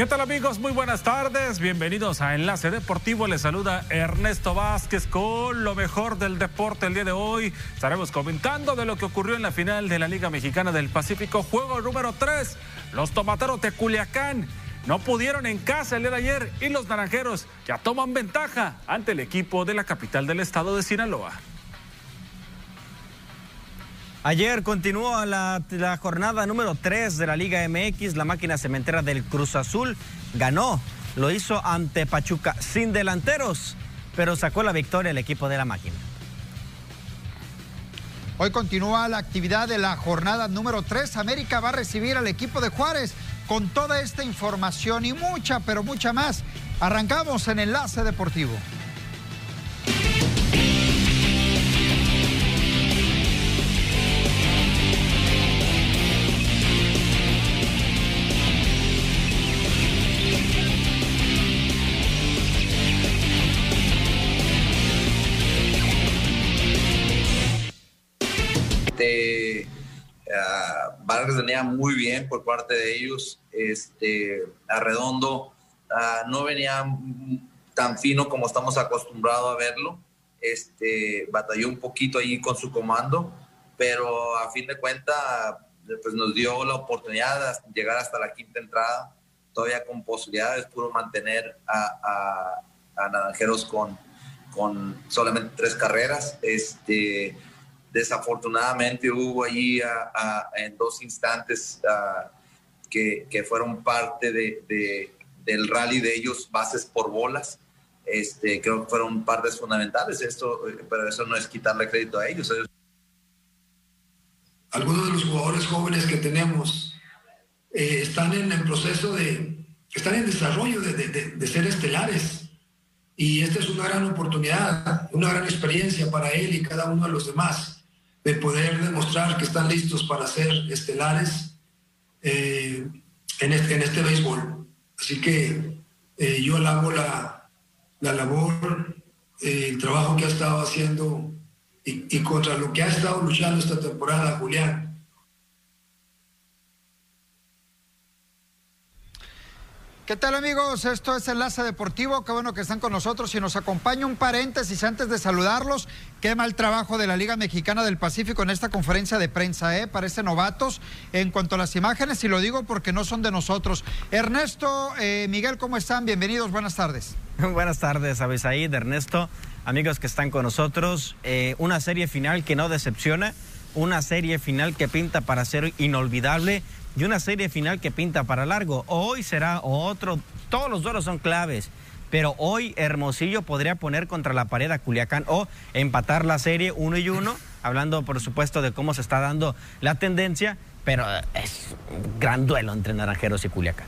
¿Qué tal, amigos? Muy buenas tardes, bienvenidos a Enlace Deportivo. Les saluda Ernesto Vázquez con lo mejor del deporte el día de hoy. Estaremos comentando de lo que ocurrió en la final de la Liga Mexicana del Pacífico, juego número 3. Los Tomateros de Culiacán no pudieron en casa el día de ayer y los Naranjeros ya toman ventaja ante el equipo de la capital del estado de Sinaloa. Ayer continuó la jornada número 3 de la Liga MX. La máquina cementera del Cruz Azul ganó. Lo hizo ante Pachuca sin delanteros, pero sacó la victoria el equipo de la máquina. Hoy continúa la actividad de la jornada número 3. América va a recibir al equipo de Juárez. Con toda esta información y mucha, pero mucha más, arrancamos en Enlace Deportivo. Vargas venía muy bien por parte de ellos. Arredondo no venía tan fino como estamos acostumbrados a verlo. Batalló un poquito ahí con su comando, pero a fin de cuentas pues nos dio la oportunidad de llegar hasta la quinta entrada, todavía con posibilidades. Pudo mantener a Naranjeros con solamente 3 carreras. Desafortunadamente hubo allí en 2 instantes que fueron parte del rally de ellos, bases por bolas. Creo que fueron partes fundamentales, pero eso no es quitarle crédito a ellos. Algunos de los jugadores jóvenes que tenemos están en el proceso están en desarrollo de ser estelares. Y esta es una gran oportunidad, una gran experiencia para él y cada uno de los demás, de poder demostrar que están listos para ser estelares en este béisbol. Así que yo alabo la labor, el trabajo que ha estado haciendo y contra lo que ha estado luchando esta temporada Julián. ¿Qué tal, amigos? Esto es Enlace Deportivo. Qué bueno que están con nosotros y nos acompaña. Un paréntesis antes de saludarlos. Qué mal trabajo de la Liga Mexicana del Pacífico en esta conferencia de prensa, Parece novatos en cuanto a las imágenes, y lo digo porque no son de nosotros. Ernesto, Miguel, ¿cómo están? Bienvenidos, buenas tardes. Buenas tardes, Abisaíd, Ernesto, amigos que están con nosotros. Una serie final que no decepciona, una serie final que pinta para ser inolvidable, y una serie final que pinta para largo. Hoy será otro, todos los duelos son claves, pero hoy Hermosillo podría poner contra la pared a Culiacán o empatar la serie 1-1, hablando por supuesto de cómo se está dando la tendencia, pero es un gran duelo entre Naranjeros y Culiacán.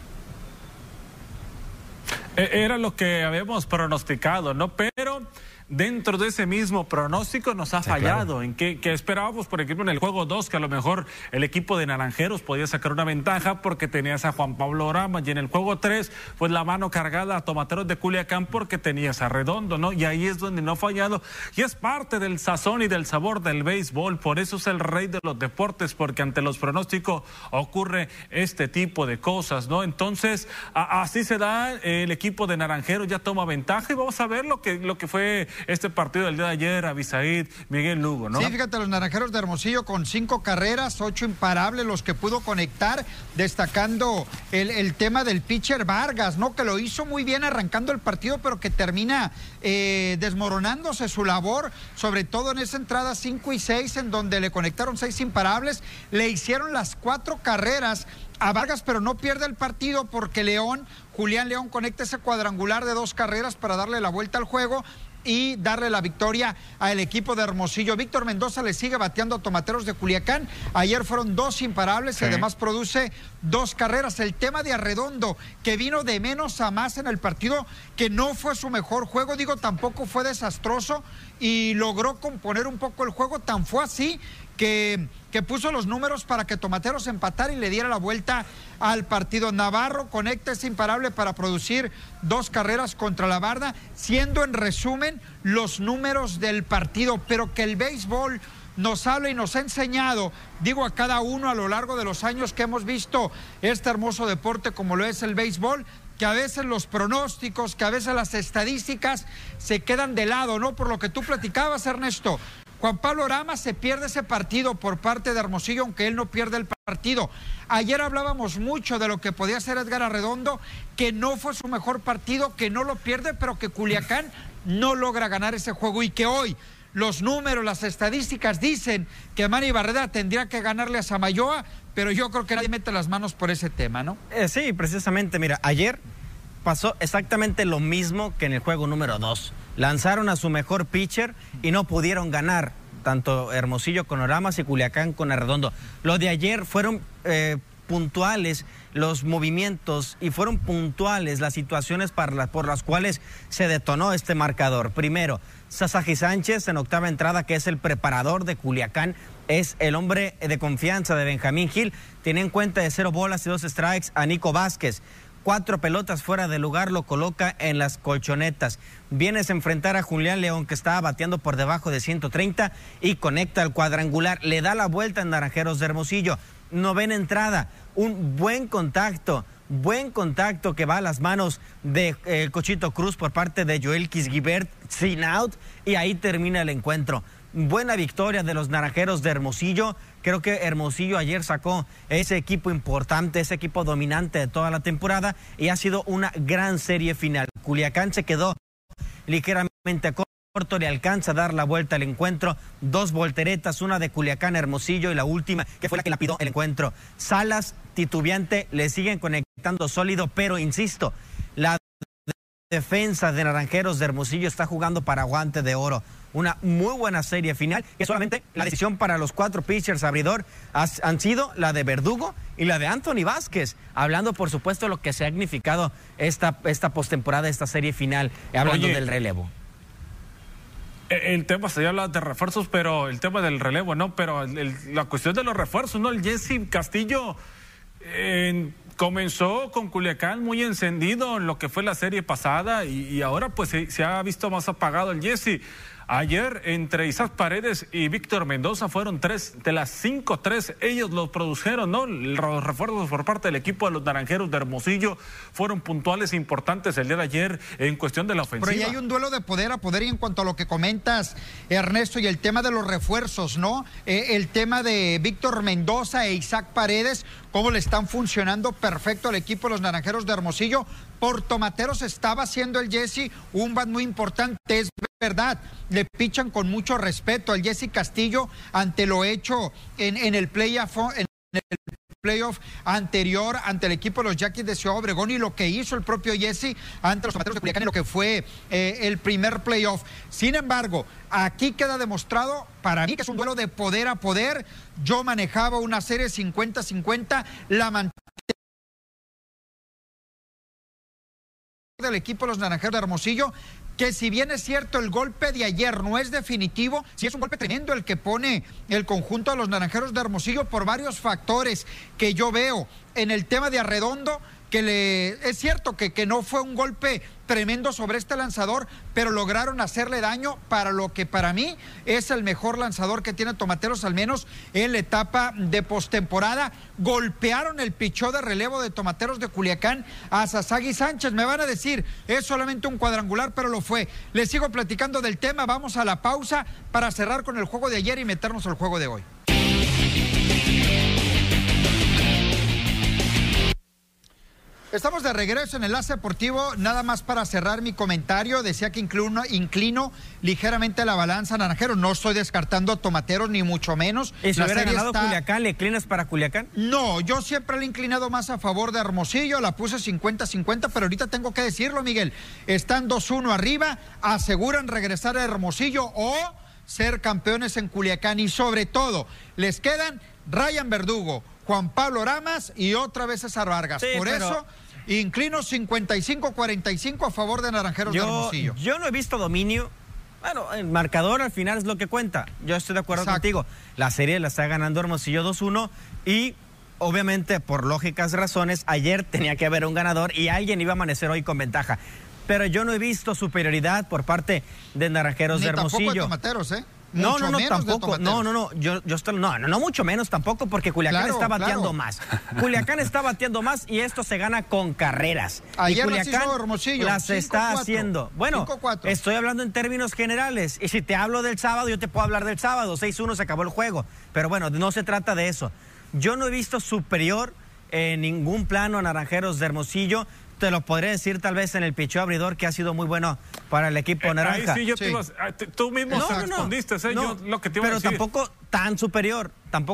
Era lo que habíamos pronosticado, ¿no? Pero dentro de ese mismo pronóstico nos ha fallado. Claro. En que esperábamos, por ejemplo, en el juego 2, que a lo mejor el equipo de Naranjeros podía sacar una ventaja porque tenías a Juan Pablo Oramas, y en el juego 3, pues la mano cargada a Tomateros de Culiacán porque tenías a Redondo, ¿no? Y ahí es donde no ha fallado, y es parte del sazón y del sabor del béisbol. Por eso es el rey de los deportes, porque ante los pronósticos ocurre este tipo de cosas, ¿no? Entonces, así se da. El equipo de Naranjeros ya toma ventaja, y vamos a ver lo que fue este partido del día de ayer, Abisaíd, Miguel Lugo, ¿no? Sí, fíjate, los Naranjeros de Hermosillo con 5 carreras, 8 imparables, los que pudo conectar, destacando el tema del pitcher Vargas, ¿no? Que lo hizo muy bien arrancando el partido, pero que termina desmoronándose su labor, sobre todo en esa entrada 5 y 6, en donde le conectaron 6 imparables, le hicieron las 4 carreras a Vargas, pero no pierde el partido porque Julián León conecta ese cuadrangular de 2 carreras para darle la vuelta al juego y darle la victoria al equipo de Hermosillo. Víctor Mendoza le sigue bateando a Tomateros de Culiacán. Ayer fueron 2 imparables, sí, y además produce 2 carreras. El tema de Arredondo, que vino de menos a más en el partido, que no fue su mejor juego, tampoco fue desastroso, y logró componer un poco el juego. Tan fue así que puso los números para que Tomateros empatara y le diera la vuelta al partido. Navarro conecta ese imparable para producir 2 carreras contra la barda, siendo en resumen los números del partido. Pero que el béisbol nos habla y nos ha enseñado, digo, a cada uno a lo largo de los años que hemos visto este hermoso deporte como lo es el béisbol, que a veces los pronósticos, que a veces las estadísticas se quedan de lado, ¿no? Por lo que tú platicabas, Ernesto. Juan Pablo Oramas se pierde ese partido por parte de Hermosillo, aunque él no pierde el partido. Ayer hablábamos mucho de lo que podía hacer Edgar Arredondo, que no fue su mejor partido, que no lo pierde, pero que Culiacán no logra ganar ese juego y que hoy los números, las estadísticas dicen que Manny Barreda tendría que ganarle a Samayoa, pero yo creo que nadie mete las manos por ese tema, ¿no? Sí, precisamente, mira, ayer pasó exactamente lo mismo que en el juego número 2. Lanzaron a su mejor pitcher y no pudieron ganar, tanto Hermosillo con Oramas y Culiacán con Arredondo. Lo de ayer fueron puntuales los movimientos y fueron puntuales las situaciones por las cuales se detonó este marcador. Primero, Sasaki Sánchez en octava entrada, que es el preparador de Culiacán, es el hombre de confianza de Benjamín Gil. Tiene en cuenta de 0 bolas y 2 strikes a Nico Vázquez. 4 pelotas fuera de lugar, lo coloca en las colchonetas. Vienes a enfrentar a Julián León, que estaba bateando por debajo de 130 y conecta al cuadrangular. Le da la vuelta en Naranjeros de Hermosillo. Novena entrada, un buen contacto que va a las manos de Cochito Cruz por parte de Joel Quisguibert, sin out, y ahí termina el encuentro. Buena victoria de los Naranjeros de Hermosillo. Creo que Hermosillo ayer sacó ese equipo importante, ese equipo dominante de toda la temporada, y ha sido una gran serie final. Culiacán se quedó ligeramente corto, le alcanza a dar la vuelta al encuentro. 2 volteretas, una de Culiacán Hermosillo y la última que fue la que lapidó el encuentro. Salas, titubeante, le siguen conectando sólido, pero insisto, la defensa de Naranjeros de Hermosillo está jugando para guante de oro. Una muy buena serie final, que solamente la decisión para los 4 pitchers abridor han sido la de Verdugo y la de Anthony Vázquez, hablando por supuesto de lo que se ha significado esta postemporada, esta serie final, hablando del relevo. El tema, se habla de refuerzos, pero el tema del relevo, ¿no? Pero la cuestión de los refuerzos, ¿no? El Jesse Castillo comenzó con Culiacán muy encendido en lo que fue la serie pasada y ahora pues se ha visto más apagado el Jesse. Ayer entre Isaac Paredes y Víctor Mendoza fueron 3 de las 5, 3 ellos los produjeron, ¿no? Los refuerzos por parte del equipo de los Naranjeros de Hermosillo fueron puntuales e importantes el día de ayer en cuestión de la ofensiva. Pero ahí hay un duelo de poder a poder, y en cuanto a lo que comentas, Ernesto, y el tema de los refuerzos, ¿no? El tema de Víctor Mendoza e Isaac Paredes, cómo le están funcionando perfecto al equipo de los Naranjeros de Hermosillo. Por tomateros estaba haciendo el Jesse un bat muy importante, es verdad, le pichan con mucho respeto al Jesse Castillo ante lo hecho en el playoff anterior ante el equipo de los Yaquis de Ciudad Obregón y lo que hizo el propio Jesse ante los tomateros de Culiacán en lo que fue el primer playoff. Sin embargo, aquí queda demostrado para mí que es un duelo de poder a poder. Yo manejaba una serie 50-50, la mantengo del equipo de los Naranjeros de Hermosillo, que si bien es cierto el golpe de ayer no es definitivo, sí es un golpe tremendo el que pone el conjunto de los Naranjeros de Hermosillo por varios factores que yo veo en el tema de Arredondo, que es cierto que no fue un golpe tremendo sobre este lanzador, pero lograron hacerle daño para lo que para mí es el mejor lanzador que tiene Tomateros, al menos en la etapa de postemporada. Golpearon el pichó de relevo de Tomateros de Culiacán a Sasaki Sánchez. Me van a decir, es solamente un cuadrangular, pero lo fue. Les sigo platicando del tema, vamos a la pausa para cerrar con el juego de ayer y meternos al juego de hoy. Estamos de regreso en Enlace Deportivo. Nada más para cerrar mi comentario, decía que inclino ligeramente la balanza Naranjero. No estoy descartando a Tomateros, ni mucho menos. ¿Y si hubiera ganado Culiacán, le inclinas para Culiacán? No, yo siempre le he inclinado más a favor de Hermosillo, la puse 50-50, pero ahorita tengo que decirlo, Miguel. Están 2-1 arriba, aseguran regresar a Hermosillo o ser campeones en Culiacán, y sobre todo, les quedan Ryan Verdugo, Juan Pablo Oramas y otra vez César Vargas. Sí, por eso inclino 55-45 a favor de Naranjeros de Hermosillo. Yo no he visto dominio. Bueno, el marcador al final es lo que cuenta. Yo estoy de acuerdo contigo. La serie la está ganando Hermosillo 2-1 y obviamente por lógicas razones ayer tenía que haber un ganador y alguien iba a amanecer hoy con ventaja. Pero yo no he visto superioridad por parte de Naranjeros de Hermosillo. Ni tampoco de Tomateros, ¿eh? No, Mucho no, menos tampoco. de No, mucho menos tampoco, porque Culiacán está bateando más. Culiacán está bateando más y esto se gana con carreras. Ayer y Culiacán las hizo Hermosillo, las está 5-4. haciendo. Bueno, 5-4. estoy hablando en términos generales. Y si te hablo del sábado, yo te puedo hablar del sábado. 6-1 se acabó el juego. Pero bueno, no se trata de eso. Yo no he visto superior en ningún plano a Naranjeros de Hermosillo. Te lo podré decir tal vez en el picheo abridor, que ha sido muy bueno para el equipo naranja. Ahí sí, yo te iba tú mismo respondiste, yo lo que te iba a decir. Pero tampoco tan superior.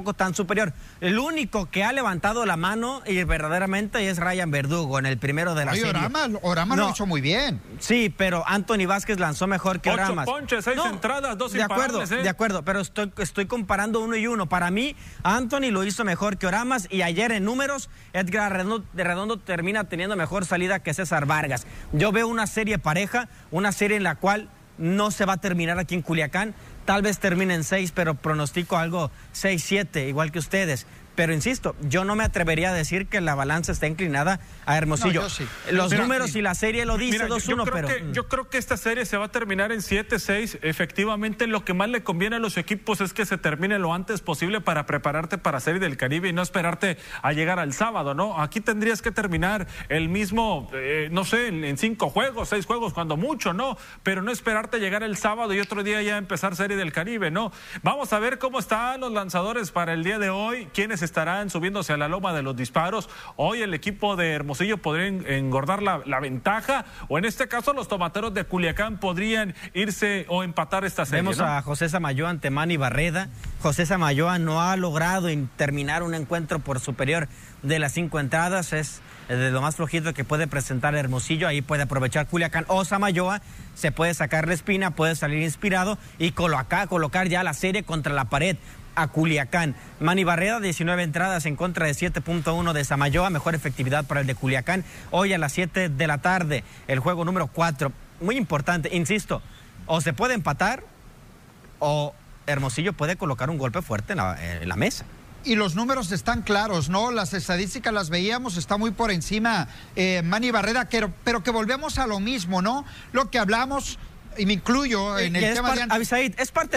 El único que ha levantado la mano y verdaderamente es Ryan Verdugo en el primero de la serie. Oramas lo hizo muy bien. Sí, pero Anthony Vázquez lanzó mejor que Oramas. 8 ponches, 6 entradas, 2 imparables. De acuerdo, pero estoy comparando uno y uno. Para mí, Anthony lo hizo mejor que Oramas y ayer en números, Edgar Redondo termina teniendo mejor salida que César Vargas. Yo veo una serie pareja, una serie en la cual no se va a terminar aquí en Culiacán. Tal vez termine en 6, pero pronostico algo 6-7, igual que ustedes. Pero insisto, yo no me atrevería a decir que la balanza está inclinada a Hermosillo. No, yo sí. Los números y la serie lo dice 2-1, pero... Yo creo que esta serie se va a terminar en 7-6. Efectivamente, lo que más le conviene a los equipos es que se termine lo antes posible para prepararte para Serie del Caribe y no esperarte a llegar al sábado, ¿no? Aquí tendrías que terminar el mismo, no sé, en 5 juegos, 6 juegos, cuando mucho, ¿no? Pero no esperarte a llegar el sábado y otro día ya empezar Serie del Caribe, ¿no? Vamos a ver cómo están los lanzadores para el día de hoy, quiénes estarán subiéndose a la loma de los disparos. Hoy el equipo de Hermosillo podría engordar la ventaja, o en este caso los tomateros de Culiacán podrían irse o empatar esta serie. Vemos, ¿no?, a José Samayoa ante Manny Barreda. José Samayoa no ha logrado terminar un encuentro por superior de las 5 entradas. Es de lo más flojito que puede presentar Hermosillo. Ahí puede aprovechar Culiacán o Samayoa, se puede sacar la espina, puede salir inspirado y colocar ya la serie contra la pared a Culiacán. Manny Barreda, 19 entradas en contra de 7.1 de Samayoa, mejor efectividad para el de Culiacán. Hoy a las 7 de la tarde, el juego número 4. Muy importante, insisto, o se puede empatar o Hermosillo puede colocar un golpe fuerte en la mesa. Y los números están claros, ¿no? Las estadísticas las veíamos, está muy por encima Manny Barreda, pero que volvemos a lo mismo, ¿no? Lo que hablamos, y me incluyo en el tema de... Abisaid, es parte.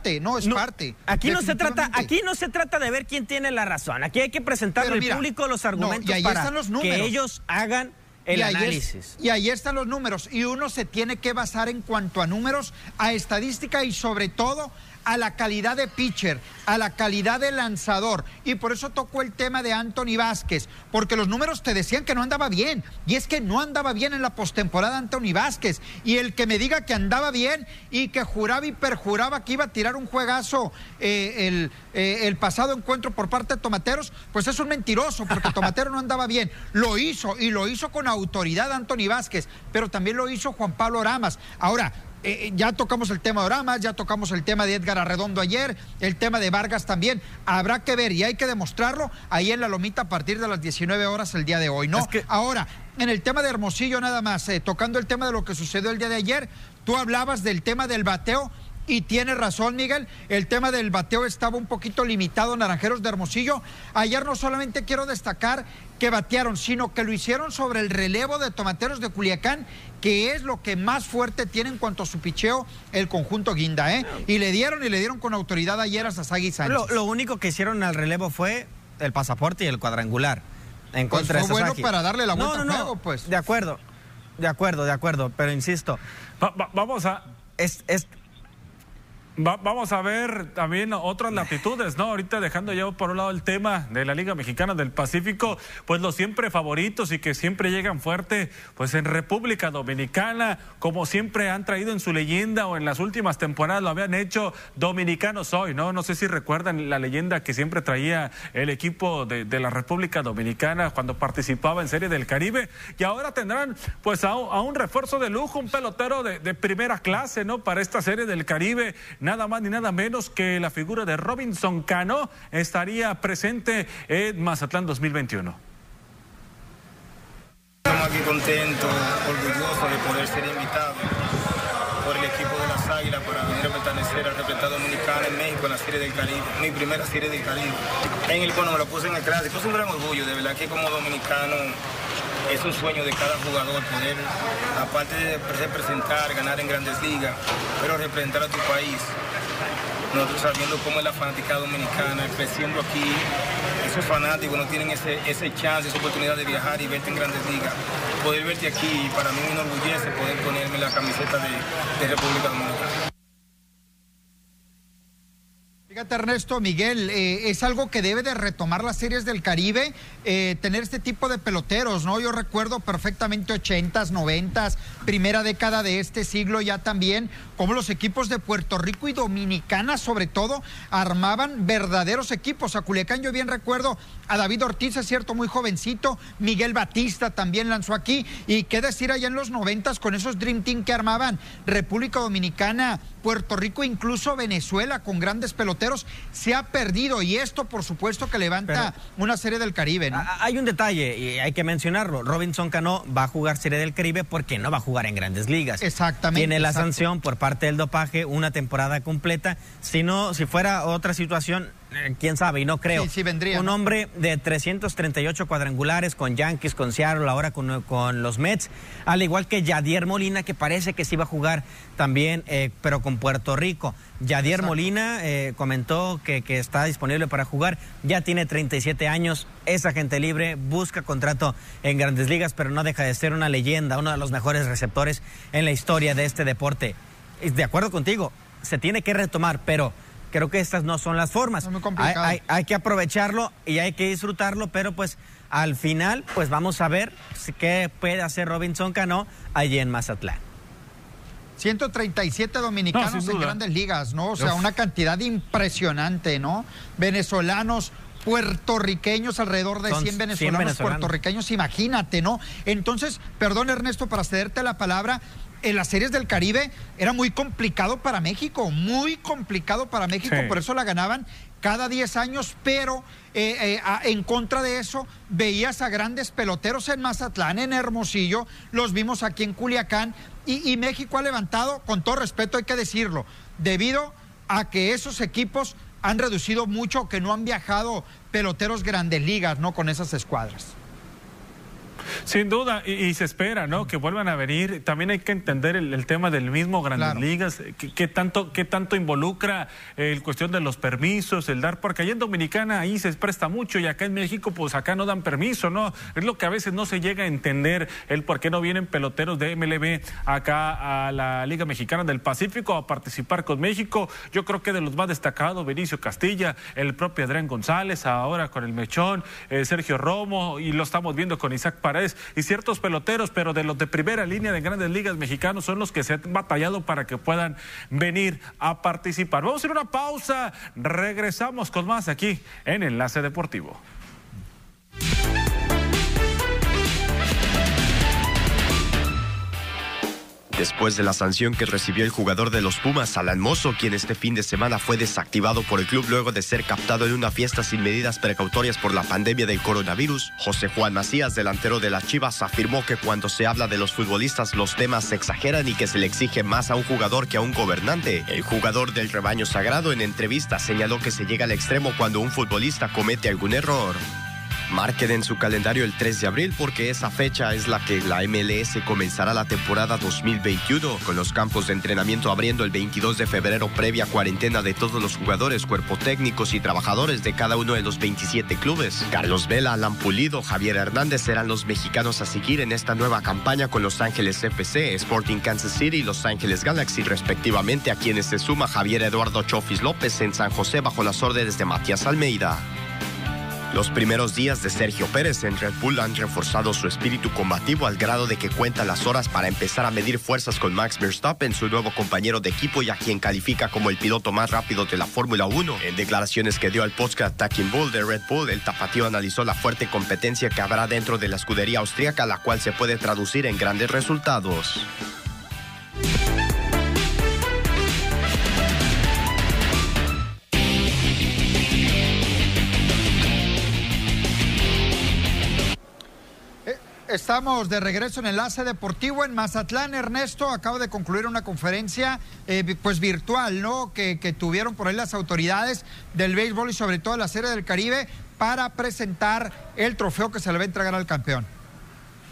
Aquí no se trata de ver quién tiene la razón. Aquí hay que presentarle al público los argumentos para que ellos hagan el análisis. Y ahí están los números. Y uno se tiene que basar en cuanto a números, a estadística y sobre todo a la calidad de pitcher, a la calidad de lanzador. Y por eso tocó el tema de Anthony Vázquez, porque los números te decían que no andaba bien. Y es que no andaba bien en la postemporada Anthony Vázquez. Y el que me diga que andaba bien y que juraba y perjuraba que iba a tirar un juegazo el pasado encuentro por parte de Tomateros, pues es un mentiroso, porque Tomatero no andaba bien. Lo hizo, y lo hizo con autoridad Anthony Vázquez, pero también lo hizo Juan Pablo Oramas. Ahora, ya tocamos el tema de Oramas, ya tocamos el tema de Edgar Arredondo ayer, el tema de Vargas también. Habrá que ver y hay que demostrarlo ahí en la lomita a partir de las 19 horas el día de hoy, ¿no? Ahora, en el tema de Hermosillo nada más, tocando el tema de lo que sucedió el día de ayer, tú hablabas del tema del bateo. Y tienes razón, Miguel, el tema del bateo estaba un poquito limitado, Naranjeros de Hermosillo. Ayer no solamente quiero destacar que batearon, sino que lo hicieron sobre el relevo de Tomateros de Culiacán, que es lo que más fuerte tiene en cuanto a su picheo el conjunto Guinda, ¿eh? Y le dieron con autoridad ayer a Sasagui Sánchez. Lo único que hicieron al relevo fue el pasaporte y el cuadrangular en contra de Sasagui. Fue bueno para darle la vuelta al juego, pues. De acuerdo, pero insisto. Vamos a ver también otras latitudes, ¿no? Ahorita dejando ya por un lado el tema de la Liga Mexicana del Pacífico, pues los siempre favoritos y que siempre llegan fuerte, pues en República Dominicana, como siempre han traído en su leyenda o en las últimas temporadas lo habían hecho, dominicanos hoy, ¿no? No sé si recuerdan la leyenda que siempre traía el equipo de la República Dominicana cuando participaba en Serie del Caribe, y ahora tendrán pues a un refuerzo de lujo, un pelotero de primera clase, ¿no? Para esta Serie del Caribe. Nada más ni nada menos que la figura de Robinson Cano estaría presente en Mazatlán 2021. Estamos aquí contentos, orgullosos de poder ser invitados por el equipo de las Águilas para venir a pertenecer al representado dominicano en México en la Serie del Caribe, mi primera Serie del Caribe. Me lo puse en el clásico, es un gran orgullo, de verdad que como dominicano es un sueño de cada jugador poder, aparte de representar, ganar en Grandes Ligas, pero representar a tu país. nosotros sabiendo cómo es la fanática dominicana, creciendo aquí, esos fanáticos no tienen ese chance, esa oportunidad de viajar y verte en Grandes Ligas. Poder verte aquí, para mí me enorgullece poder ponerme la camiseta de República Dominicana. Fíjate, Ernesto, Miguel, es algo que debe de retomar las series del Caribe, tener este tipo de peloteros, ¿no? Yo recuerdo perfectamente 80s, 90s, primera década de este siglo ya también, como los equipos de Puerto Rico y Dominicana, sobre todo, armaban verdaderos equipos. A Culiacán yo bien recuerdo a David Ortiz, es cierto, muy jovencito, Miguel Batista también lanzó aquí, y qué decir allá en los 90s con esos Dream Team que armaban República Dominicana, Puerto Rico, incluso Venezuela, con grandes peloteros. Se ha perdido, y esto por supuesto que levanta una serie del Caribe, ¿no? Hay un detalle y hay que mencionarlo. Robinson Cano va a jugar serie del Caribe porque no va a jugar en Grandes Ligas. Exactamente. Tiene la sanción por parte del dopaje, una temporada completa. Si fuera otra situación, quién sabe, y no creo. Sí, vendría, un ¿no? hombre de 338 cuadrangulares con Yankees, con Seattle, ahora con los Mets, al igual que Yadier Molina, que parece que sí va a jugar también, pero con Puerto Rico. Yadier Exacto. Molina comentó que está disponible para jugar, ya tiene 37 años, es agente libre, busca contrato en Grandes Ligas, pero no deja de ser una leyenda, uno de los mejores receptores en la historia de este deporte. De acuerdo contigo, se tiene que retomar, pero creo que estas no son las formas. Es muy complicado. Hay que aprovecharlo y hay que disfrutarlo, pero pues al final pues vamos a ver qué puede hacer Robinson Cano allí en Mazatlán. 137 dominicanos en Grandes Ligas, ¿no? O sea, una cantidad impresionante, ¿no? Venezolanos, puertorriqueños, alrededor de 100 venezolanos, puertorriqueños, imagínate, ¿no? Entonces, perdón, Ernesto, para cederte la palabra, en las series del Caribe era muy complicado para México, muy complicado para México, sí. Por eso la ganaban cada 10 años, pero en contra de eso veías a grandes peloteros en Mazatlán, en Hermosillo, los vimos aquí en Culiacán, y México ha levantado, con todo respeto hay que decirlo, debido a que esos equipos han reducido mucho, que no han viajado peloteros Grandes Ligas, ¿no? Con esas escuadras. Sin duda, y se espera, ¿no?, que vuelvan a venir. También hay que entender el tema del mismo Grandes Ligas, qué tanto involucra el cuestión de los permisos, el dar, porque allá en Dominicana ahí se presta mucho y acá en México pues acá no dan permiso, ¿no? Es lo que a veces no se llega a entender, el por qué no vienen peloteros de MLB acá a la Liga Mexicana del Pacífico a participar con México. Yo creo que de los más destacados, Benicio Castilla, el propio Adrián González, ahora con el Mechón, Sergio Romo, y lo estamos viendo con Isaac Paredes y ciertos peloteros, pero de los de primera línea de Grandes Ligas mexicanos son los que se han batallado para que puedan venir a participar. Vamos a hacer una pausa, regresamos con más aquí en Enlace Deportivo. Después de la sanción que recibió el jugador de los Pumas, Alan Mozo, quien este fin de semana fue desactivado por el club luego de ser captado en una fiesta sin medidas precautorias por la pandemia del coronavirus, José Juan Macías, delantero de las Chivas, afirmó que cuando se habla de los futbolistas los temas se exageran y que se le exige más a un jugador que a un gobernante. El jugador del rebaño sagrado en entrevista señaló que se llega al extremo cuando un futbolista comete algún error. Marquen en su calendario el 3 de abril porque esa fecha es la que la MLS comenzará la temporada 2021, con los campos de entrenamiento abriendo el 22 de febrero previa cuarentena de todos los jugadores, cuerpo técnicos y trabajadores de cada uno de los 27 clubes. Carlos Vela, Alan Pulido, Javier Hernández serán los mexicanos a seguir en esta nueva campaña con Los Ángeles FC, Sporting Kansas City y Los Ángeles Galaxy respectivamente, a quienes se suma Javier Eduardo Chofis López en San José bajo las órdenes de Matías Almeida. Los primeros días de Sergio Pérez en Red Bull han reforzado su espíritu combativo al grado de que cuenta las horas para empezar a medir fuerzas con Max Verstappen, su nuevo compañero de equipo y a quien califica como el piloto más rápido de la Fórmula 1. En declaraciones que dio al podcast Attacking Bull de Red Bull, el tapatío analizó la fuerte competencia que habrá dentro de la escudería austríaca, la cual se puede traducir en grandes resultados. Estamos de regreso en Enlace Deportivo en Mazatlán. Ernesto, acaba de concluir una conferencia pues virtual, ¿no? Que tuvieron por ahí las autoridades del béisbol y sobre todo la Serie del Caribe para presentar el trofeo que se le va a entregar al campeón.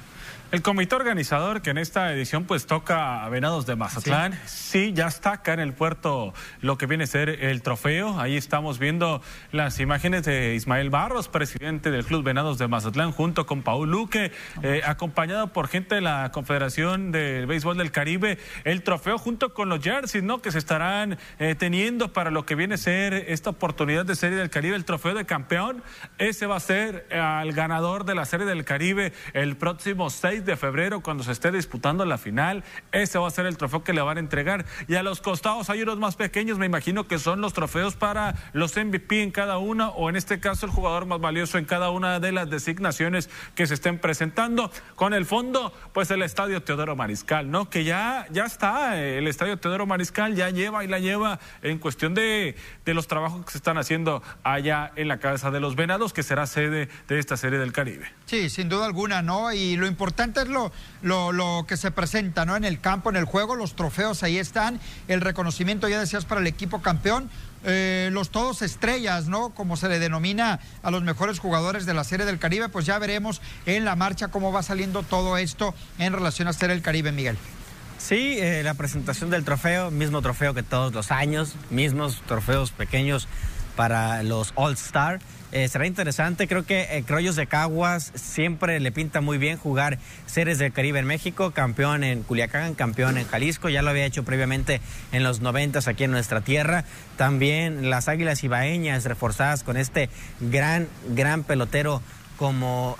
El comité organizador que en esta edición pues toca a Venados de Mazatlán, sí, ya está acá en el puerto lo que viene a ser el trofeo. Ahí estamos viendo las imágenes de Ismael Barros, presidente del Club Venados de Mazatlán, junto con Paul Luque, acompañado por gente de la Confederación de Béisbol del Caribe. El trofeo junto con los jerseys, ¿no?, que se estarán teniendo para lo que viene a ser esta oportunidad de Serie del Caribe, el trofeo de campeón. Ese va a ser al ganador de la Serie del Caribe el próximo 6 de febrero, cuando se esté disputando la final. Ese va a ser el trofeo que le van a entregar. Y a los costados hay unos más pequeños, me imagino que son los trofeos para los MVP en cada una, o en este caso el jugador más valioso en cada una de las designaciones que se estén presentando. Con el fondo, pues el Estadio Teodoro Mariscal, ¿no?, que ya está, el Estadio Teodoro Mariscal ya lleva en cuestión de los trabajos que se están haciendo allá en la Casa de los Venados, que será sede de esta Serie del Caribe. Sí, sin duda alguna, ¿no? Y lo importante es lo que se presenta, ¿no?, en el campo, en el juego. Los trofeos ahí están, el reconocimiento, ya decías, para el equipo campeón, los todos estrellas, ¿no?, como se le denomina a los mejores jugadores de la Serie del Caribe. Pues ya veremos en la marcha cómo va saliendo todo esto en relación a Serie del Caribe, Miguel. Sí, la presentación del trofeo, mismo trofeo que todos los años, mismos trofeos pequeños para los All-Star. Será interesante. Creo que Criollos de Caguas siempre le pinta muy bien jugar Series del Caribe en México, campeón en Culiacán, campeón en Jalisco, ya lo había hecho previamente en los 90s aquí en nuestra tierra. También las Águilas Ibaeñas reforzadas con este gran pelotero como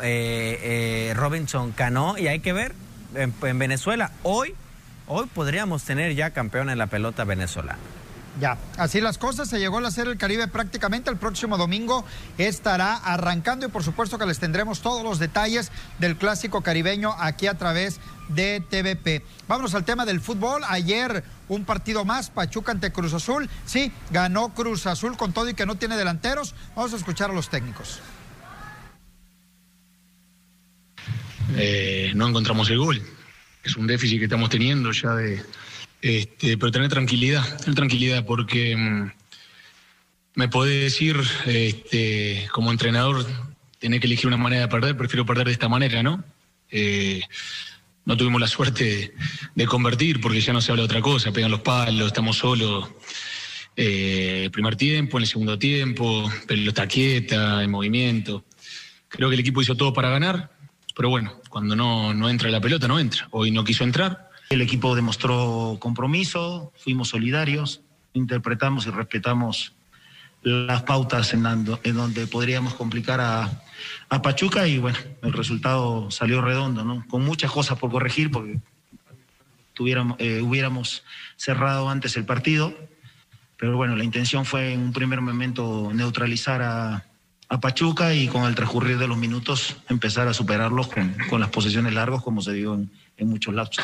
Robinson Cano, y hay que ver en Venezuela, hoy podríamos tener ya campeón en la pelota venezolana. Ya, así las cosas, se llegó a la Serie del Caribe prácticamente. El próximo domingo estará arrancando y por supuesto que les tendremos todos los detalles del clásico caribeño aquí a través de TVP. Vámonos al tema del fútbol. Ayer un partido más, Pachuca ante Cruz Azul. Sí, ganó Cruz Azul con todo y que no tiene delanteros. Vamos a escuchar a los técnicos. No encontramos el gol. Es un déficit que estamos teniendo ya pero tener tranquilidad porque me podés decir, como entrenador, tener que elegir una manera de perder, prefiero perder de esta manera, ¿no? No tuvimos la suerte de convertir porque ya no se habla de otra cosa, pegan los palos, estamos solos. El primer tiempo, en el segundo tiempo, pelota quieta, en movimiento. Creo que el equipo hizo todo para ganar, pero bueno, cuando no entra la pelota, no entra. Hoy no quiso entrar. El equipo demostró compromiso, fuimos solidarios, interpretamos y respetamos las pautas en donde podríamos complicar a Pachuca, y bueno, el resultado salió redondo, ¿no? Con muchas cosas por corregir porque hubiéramos cerrado antes el partido, pero bueno, la intención fue en un primer momento neutralizar a Pachuca y con el transcurrir de los minutos empezar a superarlos con las posesiones largas, como se dio en muchos lapsos.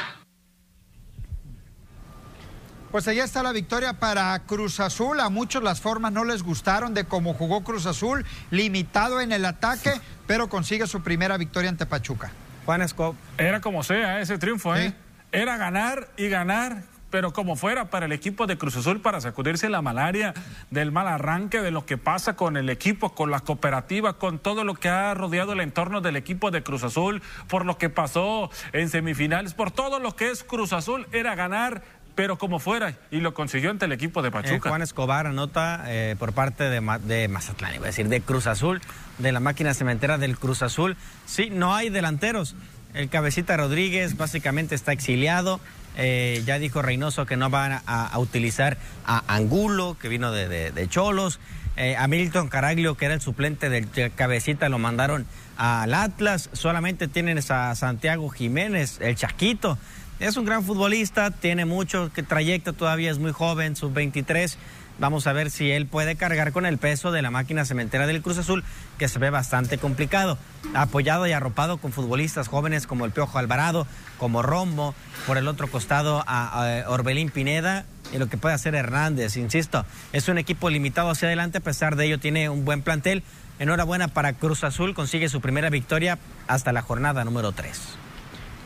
Pues allá está la victoria para Cruz Azul. A muchos las formas no les gustaron de cómo jugó Cruz Azul, limitado en el ataque, pero consigue su primera victoria ante Pachuca. Juan Escobar. Era como sea ese triunfo, ¿Sí? Era ganar y ganar, pero como fuera para el equipo de Cruz Azul, para sacudirse la malaria del mal arranque, de lo que pasa con el equipo, con la cooperativa, con todo lo que ha rodeado el entorno del equipo de Cruz Azul, por lo que pasó en semifinales, por todo lo que es Cruz Azul, era ganar, pero como fuera, y lo consiguió ante el equipo de Pachuca. Juan Escobar anota por parte de Mazatlán, iba a decir, de Cruz Azul, de la máquina cementera del Cruz Azul. Sí, no hay delanteros. El Cabecita Rodríguez básicamente está exiliado. Ya dijo Reynoso que no van a utilizar a Angulo, que vino de Cholos. A Milton Caraglio, que era el suplente del Cabecita, lo mandaron al Atlas. Solamente tienen a Santiago Jiménez, el Chaquito. Es un gran futbolista, tiene mucho trayecto, todavía es muy joven, sub-23. Vamos a ver si él puede cargar con el peso de la máquina cementera del Cruz Azul, que se ve bastante complicado. Apoyado y arropado con futbolistas jóvenes como el Piojo Alvarado, como Rombo, por el otro costado a Orbelín Pineda y lo que puede hacer Hernández. Insisto, es un equipo limitado hacia adelante, a pesar de ello tiene un buen plantel. Enhorabuena para Cruz Azul, consigue su primera victoria hasta la jornada número 3.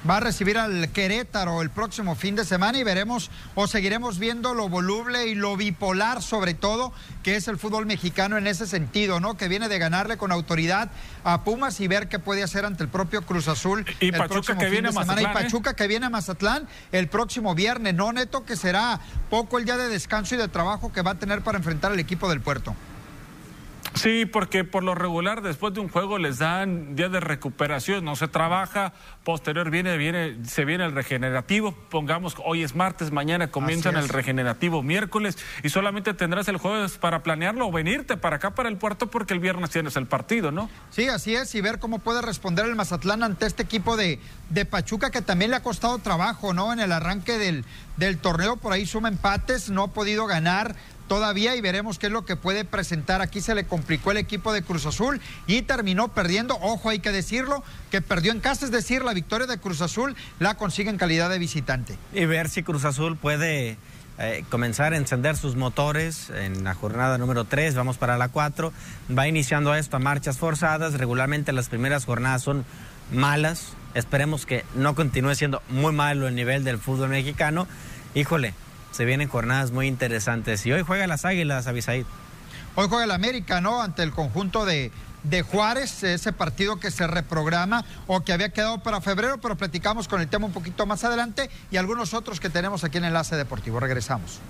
va a recibir al Querétaro el próximo fin de semana y veremos o seguiremos viendo lo voluble y lo bipolar sobre todo que es el fútbol mexicano en ese sentido, ¿no? Que viene de ganarle con autoridad a Pumas y ver qué puede hacer ante el propio Cruz Azul y el Pachuca que viene a Mazatlán, y Pachuca que viene a Mazatlán el próximo viernes, ¿no, Neto? Que será poco el día de descanso y de trabajo que va a tener para enfrentar al equipo del Puerto. Sí, porque por lo regular después de un juego les dan días de recuperación, no se trabaja, posterior se viene el regenerativo, pongamos hoy es martes, mañana comienzan el regenerativo miércoles y solamente tendrás el jueves para planearlo o venirte para acá para el Puerto porque el viernes tienes el partido, ¿no? Sí, así es, y ver cómo puede responder el Mazatlán ante este equipo de Pachuca que también le ha costado trabajo, ¿no? En el arranque del torneo, por ahí suma empates, no ha podido ganar todavía y veremos qué es lo que puede presentar. Aquí se le complicó el equipo de Cruz Azul y terminó perdiendo, ojo, hay que decirlo, que perdió en casa, es decir, la victoria de Cruz Azul la consigue en calidad de visitante. Y ver si Cruz Azul puede comenzar a encender sus motores en la jornada número 3, vamos para la 4, va iniciando esto a marchas forzadas, regularmente las primeras jornadas son malas, esperemos que no continúe siendo muy malo el nivel del fútbol mexicano, híjole, se vienen jornadas muy interesantes. Y hoy juegan las Águilas, Abisaid. Hoy juega el América, ¿no? Ante el conjunto de Juárez, ese partido que se reprograma o que había quedado para febrero, pero platicamos con el tema un poquito más adelante y algunos otros que tenemos aquí en Enlace Deportivo. Regresamos.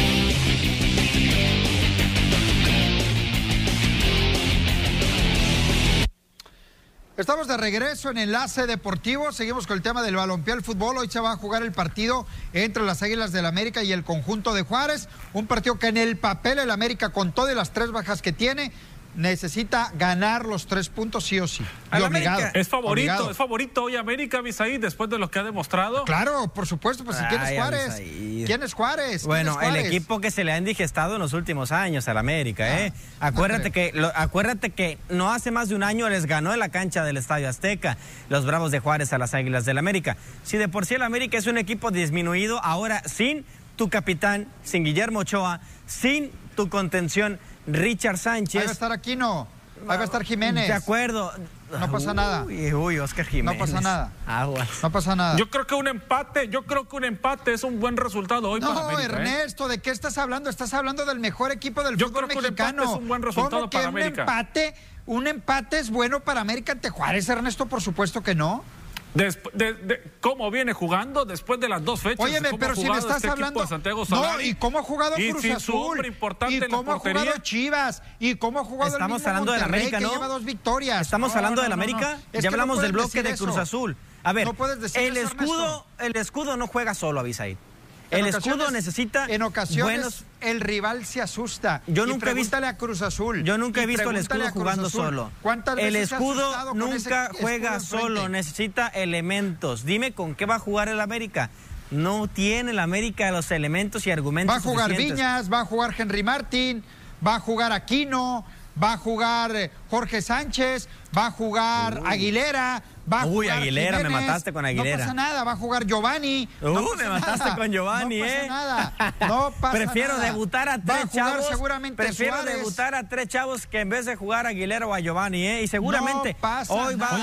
Estamos de regreso en Enlace Deportivo, seguimos con el tema del balompié al fútbol. Hoy se va a jugar el partido entre las Águilas del América y el conjunto de Juárez, un partido que en el papel el América con todas las 3 bajas que tiene necesita ganar los 3 puntos sí o sí. Y obligado. Es favorito hoy América, Abisaid, después de lo que ha demostrado. Claro, por supuesto, pues ¿quién es Juárez? Abisaid. ¿Quién es Juárez? Bueno, ¿Quién es Juárez? el equipo que se le ha indigestado en los últimos años al América, Acuérdate que no hace más de un año les ganó en la cancha del Estadio Azteca los Bravos de Juárez a las Águilas del América. Si de por sí el América es un equipo disminuido, ahora sin tu capitán, sin Guillermo Ochoa, sin tu contención Richard Sánchez. Ahí va a estar Aquino, ahí va a estar Jiménez. De acuerdo. No pasa nada. Uy, Oscar Jiménez. No pasa nada. Aguas. No pasa nada. Yo creo que un empate es un buen resultado hoy para América. No, Ernesto, ¿de qué estás hablando? Estás hablando del mejor equipo del fútbol mexicano. Un empate es un buen resultado para América. Un empate es bueno para América ante Juárez, Ernesto, por supuesto que no. ¿Cómo viene jugando después de las 2 fechas? Óyeme, pero si me estás hablando de Santiago Solari, ¿y cómo ha jugado Cruz Azul? ¿Y cómo ha jugado Chivas? ¿Y cómo ha jugado Estamos el mismo hablando del América, que ¿no? lleva 2 victorias? Estamos hablando del América. Ya hablamos del bloque de Cruz Azul. A ver, el escudo no juega solo, Abisaid. El escudo necesita en ocasiones el rival se asusta. Pregúntale a Cruz Azul. Yo nunca he visto el escudo jugando solo. El escudo nunca juega solo, necesita elementos. Dime con qué va a jugar el América. No tiene el América los elementos y argumentos. Va a jugar Viñas, va a jugar Henry Martín, va a jugar Aquino, va a jugar Jorge Sánchez, va a jugar Aguilera. Aguilera, Jiménez, me mataste con Aguilera. No pasa nada, va a jugar Giovanni. Me mataste con Giovanni, No pasa nada, no pasa Prefiero nada. debutar a 3 chavos. Prefiero Suárez. debutar a 3 chavos que en vez de jugar a Aguilera o a Giovanni, Y seguramente hoy va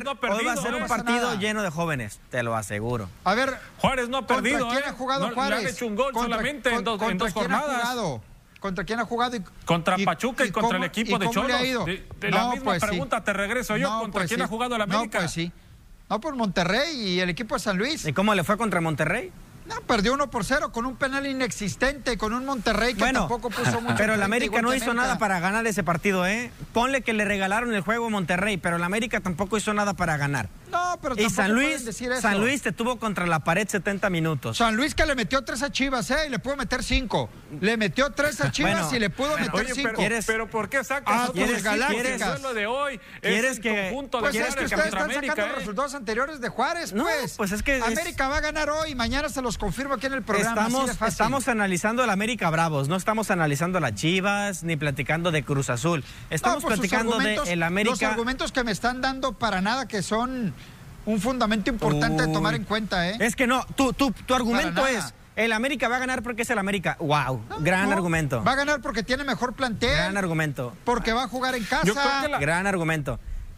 a ser un partido lleno de jóvenes, te lo aseguro. A ver, Juárez no ha perdido. ¿Contra quién ha jugado Juárez? Le han hecho un gol solamente en 2 jornadas. ¿Contra quién ha jugado? Contra Pachuca y contra el equipo de Cholos. La misma pregunta te regreso yo. ¿Contra quién ha jugado el América? No, pues sí. No, por Monterrey y el equipo de San Luis. ¿Y cómo le fue contra Monterrey? No, perdió 1-0 con un penal inexistente, con un Monterrey que tampoco puso mucho. Pero el América no hizo nada para ganar ese partido, Ponle que le regalaron el juego a Monterrey, pero el América tampoco hizo nada para ganar. No, pero y San Luis te tuvo contra la pared 70 minutos. San Luis que le metió 3 a Chivas, y le pudo meter 5. Le metió 3 a Chivas y le pudo meter 5. Pero ¿por qué sacas otros galácticas? De hoy? ¿Quieres que pues es que ustedes están sacando los resultados anteriores de Juárez, pues es que América va a ganar hoy, mañana se los confirmo aquí en el programa. Estamos analizando al América Bravos, no estamos analizando a las Chivas ni platicando de Cruz Azul. Estamos platicando de el América. Los argumentos que me están dando para nada que son un fundamento importante de tomar en cuenta, Es que no, tu argumento es el América va a ganar porque es el América. Wow, gran argumento. Va a ganar porque tiene mejor plantel. Gran argumento. Porque va a jugar en casa. Gran argumento.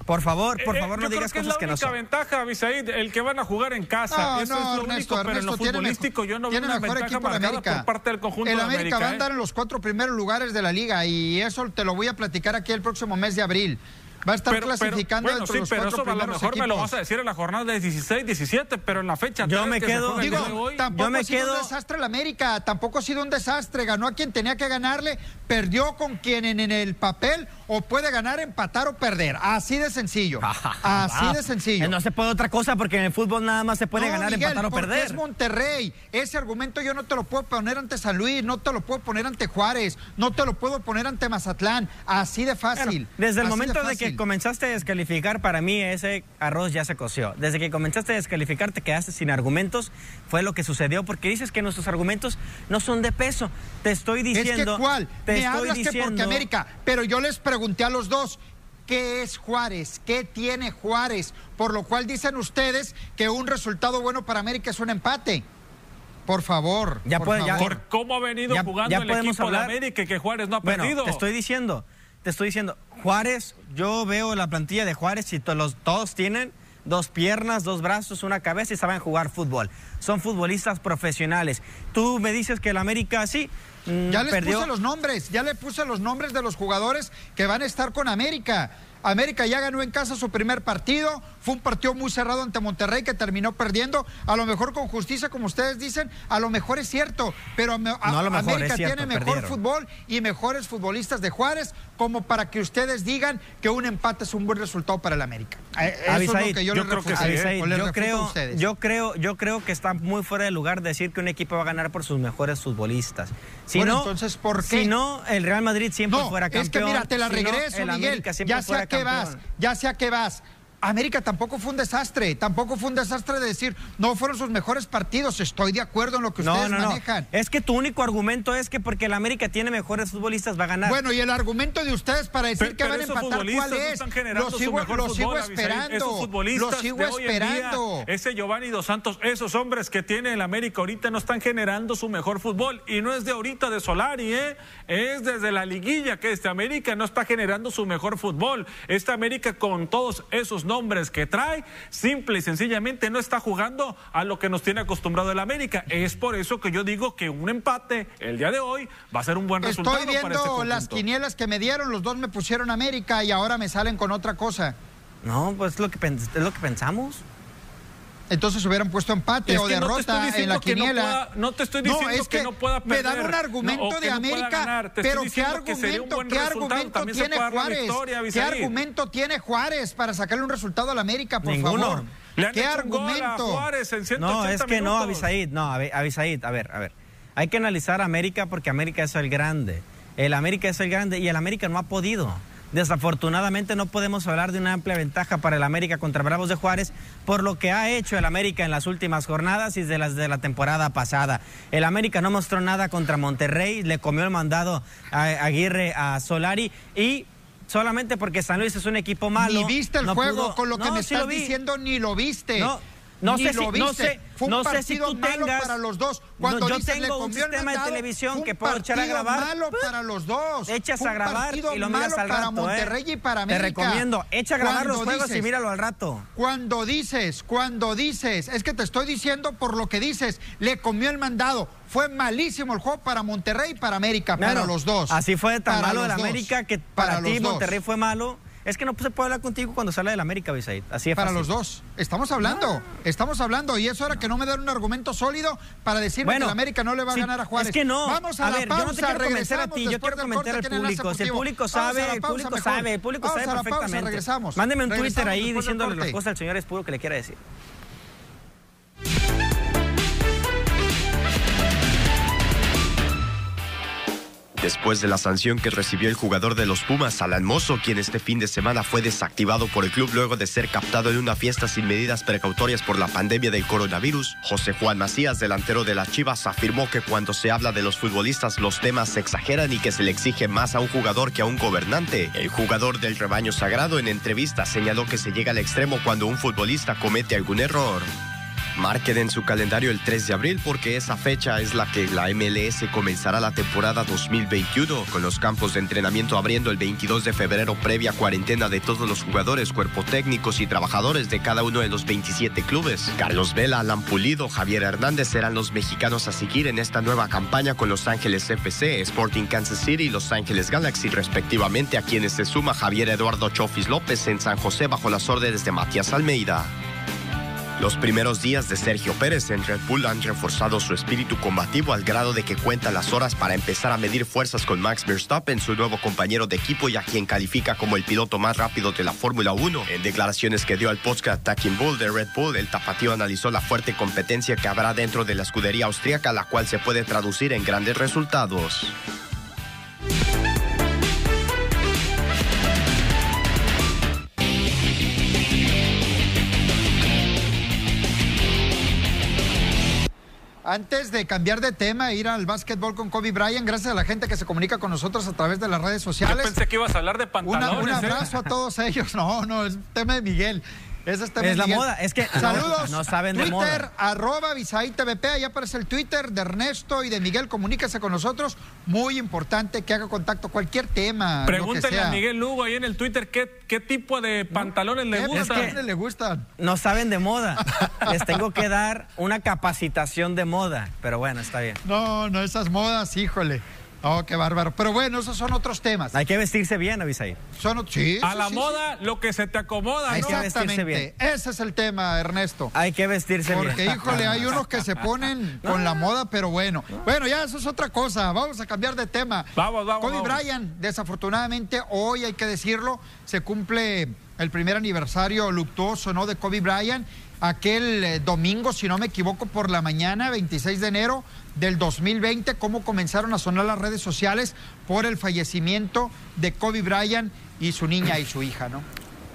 Por favor, no digas cosas que no son. La única ventaja, Abisaid, el que van a jugar en casa. Eso es lo único, pero en lo futbolístico yo no veo una ventaja marcada por parte del conjunto de América. El América va a andar en los 4 primeros lugares de la liga y eso te lo voy a platicar aquí el próximo mes de abril. Va a estar clasificando bueno, entre los 4 eso primeros a lo mejor equipos. Me lo vas a decir en la jornada de 16, 17, pero en la fecha yo me quedo, tampoco ha sido un desastre el América, tampoco ha sido un desastre, ganó a quien tenía que ganarle, perdió con quien en el papel o puede ganar, empatar o perder, así de sencillo, así de sencillo. No se puede otra cosa porque en el fútbol nada más se puede ganar, Miguel, empatar o perder. Es Monterrey, ese argumento yo no te lo puedo poner ante San Luis, no te lo puedo poner ante Juárez, no te lo puedo poner ante Mazatlán, así de fácil. Bueno, desde el momento de que comenzaste a descalificar, para mí ese arroz ya se coció. Desde que comenzaste a descalificar te quedaste sin argumentos, fue lo que sucedió, porque dices que nuestros argumentos no son de peso. Te estoy diciendo... Es que ¿cuál? Me hablas que porque América, pero yo les pregunté a los dos, ¿qué es Juárez? ¿Qué tiene Juárez? Por lo cual dicen ustedes que un resultado bueno para América es un empate. Por favor, por cómo ha venido jugando el equipo de América y que Juárez no ha perdido. Te estoy diciendo, Juárez, yo veo la plantilla de Juárez y todos tienen 2 piernas, 2 brazos, una cabeza y saben jugar fútbol. Son futbolistas profesionales. Tú me dices que el América sí ya les puse los nombres, de los jugadores que van a estar con América. América ya ganó en casa su primer partido, fue un partido muy cerrado ante Monterrey que terminó perdiendo, a lo mejor con justicia, como ustedes dicen, a lo mejor es cierto, pero América tiene mejor fútbol y mejores futbolistas de Juárez como para que ustedes digan que un empate es un buen resultado para el América. Eso es lo que yo les refuto a ustedes. Yo creo que está muy fuera de lugar decir que un equipo va a ganar por sus mejores futbolistas. Entonces, ¿por qué? Si no, el Real Madrid siempre fuera campeón. Es que mira, te la regreso, Miguel, ya sé a qué vas. América tampoco fue un desastre de decir, no fueron sus mejores partidos, estoy de acuerdo en lo que ustedes manejan. Es que tu único argumento es que porque el América tiene mejores futbolistas va a ganar. Bueno, y el argumento de ustedes para decir que van a empatar, ¿cuál es? Lo sigo esperando. Ese Giovanni Dos Santos, esos hombres que tiene el América ahorita no están generando su mejor fútbol, y no es de ahorita de Solari, es desde la liguilla que este América no está generando su mejor fútbol. Esta América con todos esos nombres que trae, simple y sencillamente no está jugando a lo que nos tiene acostumbrado el América. Es por eso que yo digo que un empate el día de hoy va a ser un buen resultado. Estoy viendo para este conjunto. Las quinielas que me dieron, los dos me pusieron América y ahora me salen con otra cosa. No, pues es lo que pensamos. Entonces hubieran puesto empate o derrota en la quiniela. No te estoy diciendo que no pueda perder. Me dan un argumento de América, pero ¿qué argumento tiene Juárez? ¿Qué argumento tiene Juárez para sacarle un resultado al América, por favor? ¿Qué argumento? No, es que no, Abisaid, a ver. Hay que analizar a América porque América es el grande. El América es el grande y el América no ha podido. Desafortunadamente no podemos hablar de una amplia ventaja para el América contra Bravos de Juárez por lo que ha hecho el América en las últimas jornadas y de las de la temporada pasada. El América no mostró nada contra Monterrey, le comió el mandado a Aguirre a Solari y solamente porque San Luis es un equipo malo. Ni viste el juego, con lo que me estás diciendo, ni lo viste. No sé si tú tengas para los dos. Cuando yo tengo un sistema de televisión que puedo echar a grabar. Malo para los dos. Echas a grabar y lo miras al rato. Para Monterrey y para América. Te recomiendo, echa a grabar los juegos y míralo al rato. Cuando dices, es que te estoy diciendo por lo que dices, le comió el mandado. Fue malísimo el juego para Monterrey y para América, para los dos. Así fue tan malo el América que para ti Monterrey fue malo. Es que no se puede hablar contigo cuando sale del América, Abisaid. Así es para fácil. Los dos. Estamos hablando. Y es hora que no me den un argumento sólido para decirme que el América no le va a ganar a Juárez. Es que no. Vamos a la pausa. Yo no te quiero convencer a ti, yo quiero comentar al público. Si el público sabe, el público sabe perfectamente. Regresamos. Mándeme un Twitter ahí diciéndole las cosas al señor Espuro que le quiera decir. Después de la sanción que recibió el jugador de los Pumas, Alan Mozo, quien este fin de semana fue desactivado por el club luego de ser captado en una fiesta sin medidas precautorias por la pandemia del coronavirus, José Juan Macías, delantero de las Chivas, afirmó que cuando se habla de los futbolistas los temas se exageran y que se le exige más a un jugador que a un gobernante. El jugador del rebaño sagrado en entrevista señaló que se llega al extremo cuando un futbolista comete algún error. Marquen en su calendario el 3 de abril porque esa fecha es la que la MLS comenzará la temporada 2021, con los campos de entrenamiento abriendo el 22 de febrero previa cuarentena de todos los jugadores, cuerpo técnicos y trabajadores de cada uno de los 27 clubes. Carlos Vela, Alan Pulido, Javier Hernández serán los mexicanos a seguir en esta nueva campaña con Los Ángeles FC, Sporting Kansas City y Los Ángeles Galaxy respectivamente, a quienes se suma Javier Eduardo Chofis López en San José bajo las órdenes de Matías Almeida. Los primeros días de Sergio Pérez en Red Bull han reforzado su espíritu combativo al grado de que cuenta las horas para empezar a medir fuerzas con Max Verstappen, su nuevo compañero de equipo y a quien califica como el piloto más rápido de la Fórmula 1. En declaraciones que dio al podcast Attacking Bull de Red Bull, el tapatío analizó la fuerte competencia que habrá dentro de la escudería austríaca, la cual se puede traducir en grandes resultados. Antes de cambiar de tema e ir al básquetbol con Kobe Bryant, gracias a la gente que se comunica con nosotros a través de las redes sociales. Yo pensé que ibas a hablar de pantalones. Un abrazo a todos ellos. No, es tema de Miguel. Ese es tema es de Miguel. la moda, es que saludos. No saben Twitter, de moda. @VisaíTVP, ahí aparece el Twitter de Ernesto y de Miguel, comuníquese con nosotros. Muy importante que haga contacto, cualquier tema. Pregúntenle a Miguel Lugo ahí en el Twitter qué tipo de pantalones le gustan. Es que le gustan. No saben de moda. Les tengo que dar una capacitación de moda, pero bueno, está bien. No, esas modas, híjole. Oh, qué bárbaro. Pero bueno, esos son otros temas. Hay que vestirse bien, Abisaí. Sí, a la moda, lo que se te acomoda, hay ¿no? que vestirse bien. Ese es el tema, Ernesto. Hay que vestirse bien. Porque, híjole, hay unos que se ponen con la moda, pero bueno. Bueno, ya eso es otra cosa. Vamos a cambiar de tema. Vamos. Kobe Bryant, desafortunadamente, hoy hay que decirlo, se cumple el primer aniversario luctuoso, ¿no?, de Kobe Bryant. Aquel domingo, si no me equivoco, por la mañana, 26 de enero del 2020, cómo comenzaron a sonar las redes sociales por el fallecimiento de Kobe Bryant y su niña y su hija, ¿no?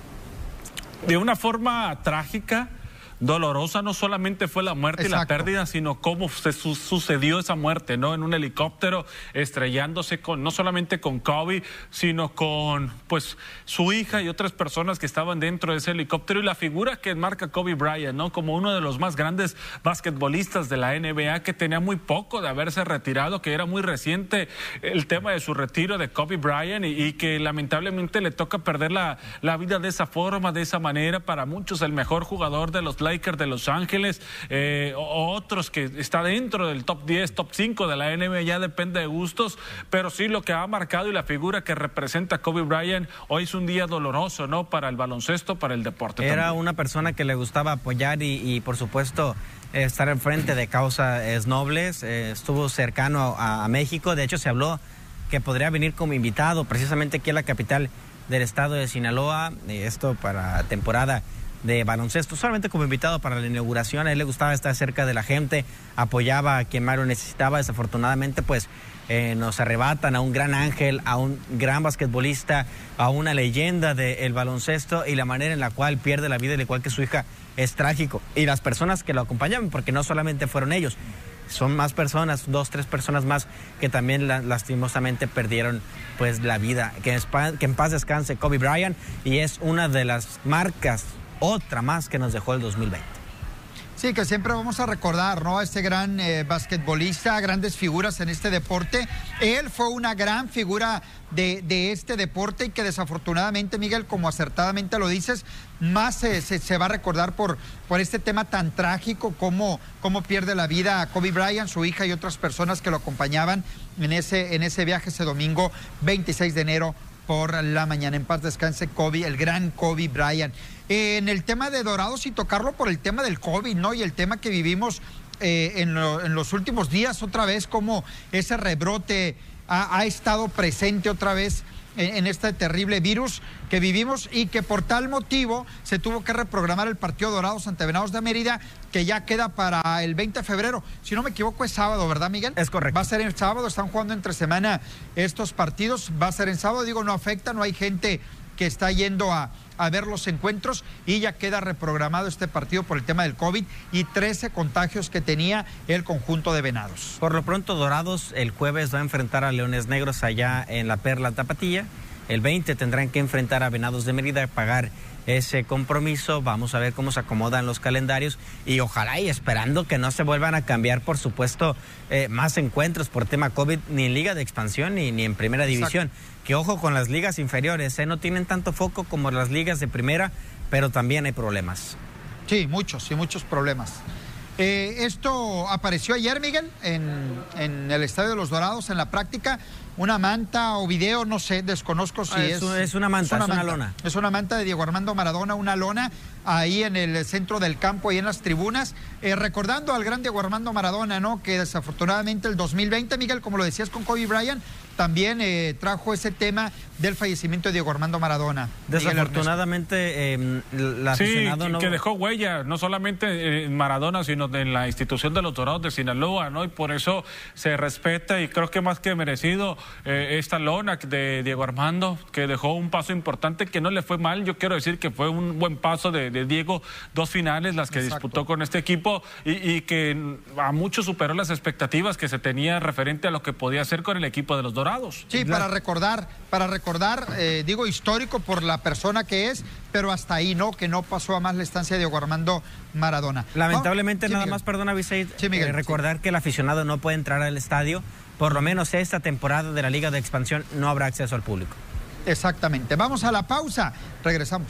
De una forma trágica, dolorosa, no solamente fue la muerte. Exacto. Y la pérdida, sino cómo se sucedió esa muerte, ¿no? En un helicóptero estrellándose no solamente con Kobe, sino con pues su hija y otras personas que estaban dentro de ese helicóptero, y la figura que enmarca Kobe Bryant, ¿no? Como uno de los más grandes basquetbolistas de la NBA, que tenía muy poco de haberse retirado, que era muy reciente el tema de su retiro de Kobe Bryant, y que lamentablemente le toca perder la vida de esa forma, de esa manera. Para muchos el mejor jugador de los Lakers de Los Ángeles, o otros que está dentro del top 10, top 5 de la NBA, ya depende de gustos, pero sí lo que ha marcado y la figura que representa Kobe Bryant. Hoy es un día doloroso, ¿no?, para el baloncesto, para el deporte. Era también una persona que le gustaba apoyar y por supuesto estar enfrente de causas nobles. Estuvo cercano a México. De hecho, se habló que podría venir como invitado precisamente aquí a la capital del estado de Sinaloa, esto para temporada de baloncesto, solamente como invitado para la inauguración. A él le gustaba estar cerca de la gente, apoyaba a quien más lo necesitaba. Desafortunadamente, pues nos arrebatan a un gran ángel, a un gran basquetbolista, a una leyenda del baloncesto, y la manera en la cual pierde la vida, al igual que su hija, es trágico. Y las personas que lo acompañaban, porque no solamente fueron ellos, son más personas, 2, 3 personas más que también lastimosamente perdieron pues la vida. Que en paz descanse Kobe Bryant, y es una de las marcas, otra más, que nos dejó el 2020. Sí, que siempre vamos a recordar, ¿no?, a este gran basquetbolista, grandes figuras en este deporte. Él fue una gran figura de este deporte, y que desafortunadamente, Miguel, como acertadamente lo dices, más se va a recordar por este tema tan trágico, cómo pierde la vida a Kobe Bryant, su hija y otras personas que lo acompañaban en ese viaje ese domingo 26 de enero por la mañana. En paz descanse Kobe, el gran Kobe Bryant. En el tema de Dorados, y tocarlo por el tema del COVID, ¿no?, y el tema que vivimos en los últimos días, otra vez, como ese rebrote ha estado presente otra vez en este terrible virus que vivimos, y que por tal motivo se tuvo que reprogramar el partido Dorados ante Venados de Mérida, que ya queda para el 20 de febrero. Si no me equivoco, es sábado, ¿verdad, Miguel? Es correcto. Va a ser el sábado, están jugando entre semana estos partidos, va a ser en sábado. Digo, no afecta, no hay gente que está yendo a ver los encuentros, y ya queda reprogramado este partido por el tema del COVID y 13 contagios que tenía el conjunto de Venados. Por lo pronto, Dorados el jueves va a enfrentar a Leones Negros allá en la Perla Tapatía. El 20 tendrán que enfrentar a Venados de Mérida, pagar ese compromiso. Vamos a ver cómo se acomodan los calendarios y ojalá y esperando que no se vuelvan a cambiar, por supuesto, más encuentros por tema COVID, ni en Liga de Expansión ni en Primera División. Exacto. Que ojo con las ligas inferiores, no tienen tanto foco como las ligas de primera, pero también hay problemas. Sí, muchos problemas. Esto apareció ayer, Miguel, en el Estadio de los Dorados, en la práctica. Una manta o video, no sé, desconozco si es una manta, es una lona. Es una manta de Diego Armando Maradona, una lona ahí en el centro del campo, ahí en las tribunas, recordando al gran Diego Armando Maradona, ¿no? Que desafortunadamente el 2020, Miguel, como lo decías con Kobe Bryant, también trajo ese tema del fallecimiento de Diego Armando Maradona. Desafortunadamente, la aficionado que dejó huella, no solamente en Maradona, sino en la institución de los Dorados de Sinaloa, ¿no? Y por eso se respeta y creo que más que merecido esta lona de Diego Armando, que dejó un paso importante, que no le fue mal. Yo quiero decir que fue un buen paso de Diego, 2 finales las que disputó con este equipo y que a muchos superó las expectativas que se tenía referente a lo que podía hacer con el equipo de los Dorados. Sí, para recordar, digo, histórico por la persona que es, pero hasta ahí, ¿no? Que no pasó a más la estancia de Diego Armando Maradona. Lamentablemente, sí, nada Miguel. Más, perdona, Vicente, recordar sí, que el aficionado no puede entrar al estadio. Por lo menos esta temporada de la Liga de Expansión no habrá acceso al público. Exactamente. Vamos a la pausa. Regresamos.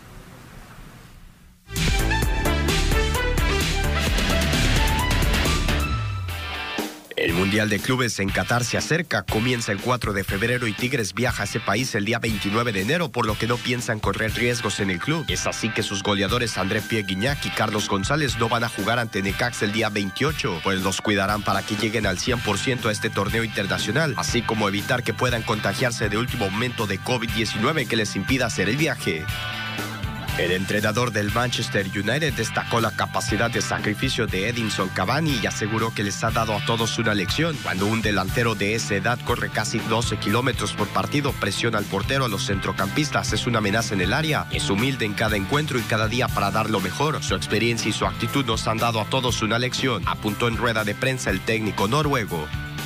El Mundial de Clubes en Qatar se acerca, comienza el 4 de febrero y Tigres viaja a ese país el día 29 de enero, por lo que no piensan correr riesgos en el club. Es así que sus goleadores André Pierre Gignac y Carlos González no van a jugar ante Necaxa el día 28, pues los cuidarán para que lleguen al 100% a este torneo internacional, así como evitar que puedan contagiarse de último momento de COVID-19 que les impida hacer el viaje. El entrenador del Manchester United destacó la capacidad de sacrificio de Edinson Cavani y aseguró que les ha dado a todos una lección. Cuando un delantero de esa edad corre casi 12 kilómetros por partido, presiona al portero, a los centrocampistas, es una amenaza en el área, es humilde en cada encuentro y cada día para dar lo mejor. Su experiencia y su actitud nos han dado a todos una lección, apuntó en rueda de prensa el técnico noruego.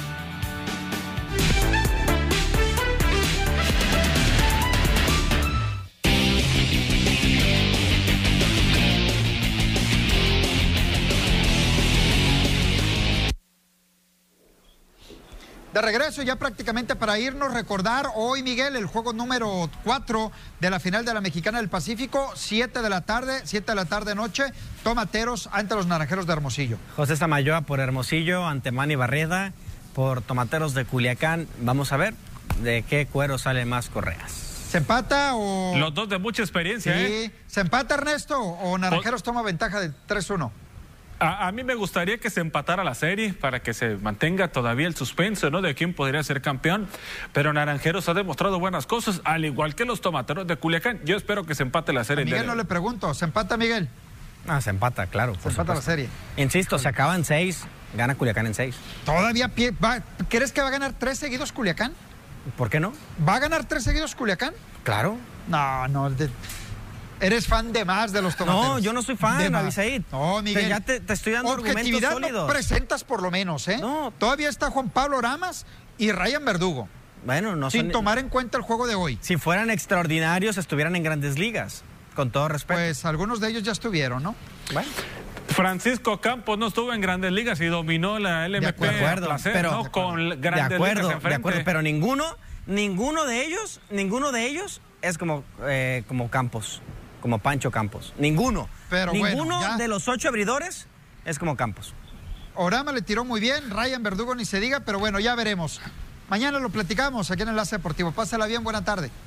De regreso ya prácticamente para irnos, recordar hoy, Miguel, el juego número 4 de la final de la Mexicana del Pacífico, 7 de la tarde noche, Tomateros ante los Naranjeros de Hermosillo. José Samayoa por Hermosillo, ante Manny Barreda por Tomateros de Culiacán. Vamos a ver de qué cuero salen más correas. ¿Se empata o...? Los dos de mucha experiencia, sí. ¿Se empata, Ernesto, o Naranjeros toma ventaja de 3-1? A mí me gustaría que se empatara la serie para que se mantenga todavía el suspenso, ¿no? De quién podría ser campeón. Pero Naranjeros ha demostrado buenas cosas, al igual que los Tomateros de Culiacán. Yo espero que se empate la serie. A Miguel no le pregunto, ¿se empata, Miguel? Se empata, claro. Se empata la serie. Insisto, se acaban 6, gana Culiacán en 6. ¿Todavía crees que va a ganar 3 seguidos Culiacán? ¿Por qué no? ¿Va a ganar 3 seguidos Culiacán? Claro. No. Eres fan de más de los Tomateros. No, yo no soy fan, Abisaid. No, Miguel. Ya te estoy dando argumentos sólidos. No presentas por lo menos, ¿eh? No. Todavía está Juan Pablo Oramas y Ryan Verdugo. Bueno, no sin tomar en cuenta el juego de hoy. Si fueran extraordinarios, estuvieran en Grandes Ligas. Con todo respeto. Pues algunos de ellos ya estuvieron, ¿no? Bueno. Francisco Campos no estuvo en Grandes Ligas y dominó la LMP. De acuerdo, ¿no? Con Grandes Ligas enfrente. De acuerdo, pero ninguno de ellos es como Campos. Como Pancho Campos. Ninguno de los 8 abridores es como Campos. Orama le tiró muy bien, Ryan Verdugo ni se diga, pero bueno, ya veremos. Mañana lo platicamos aquí en Enlace Deportivo. Pásala bien, buena tarde.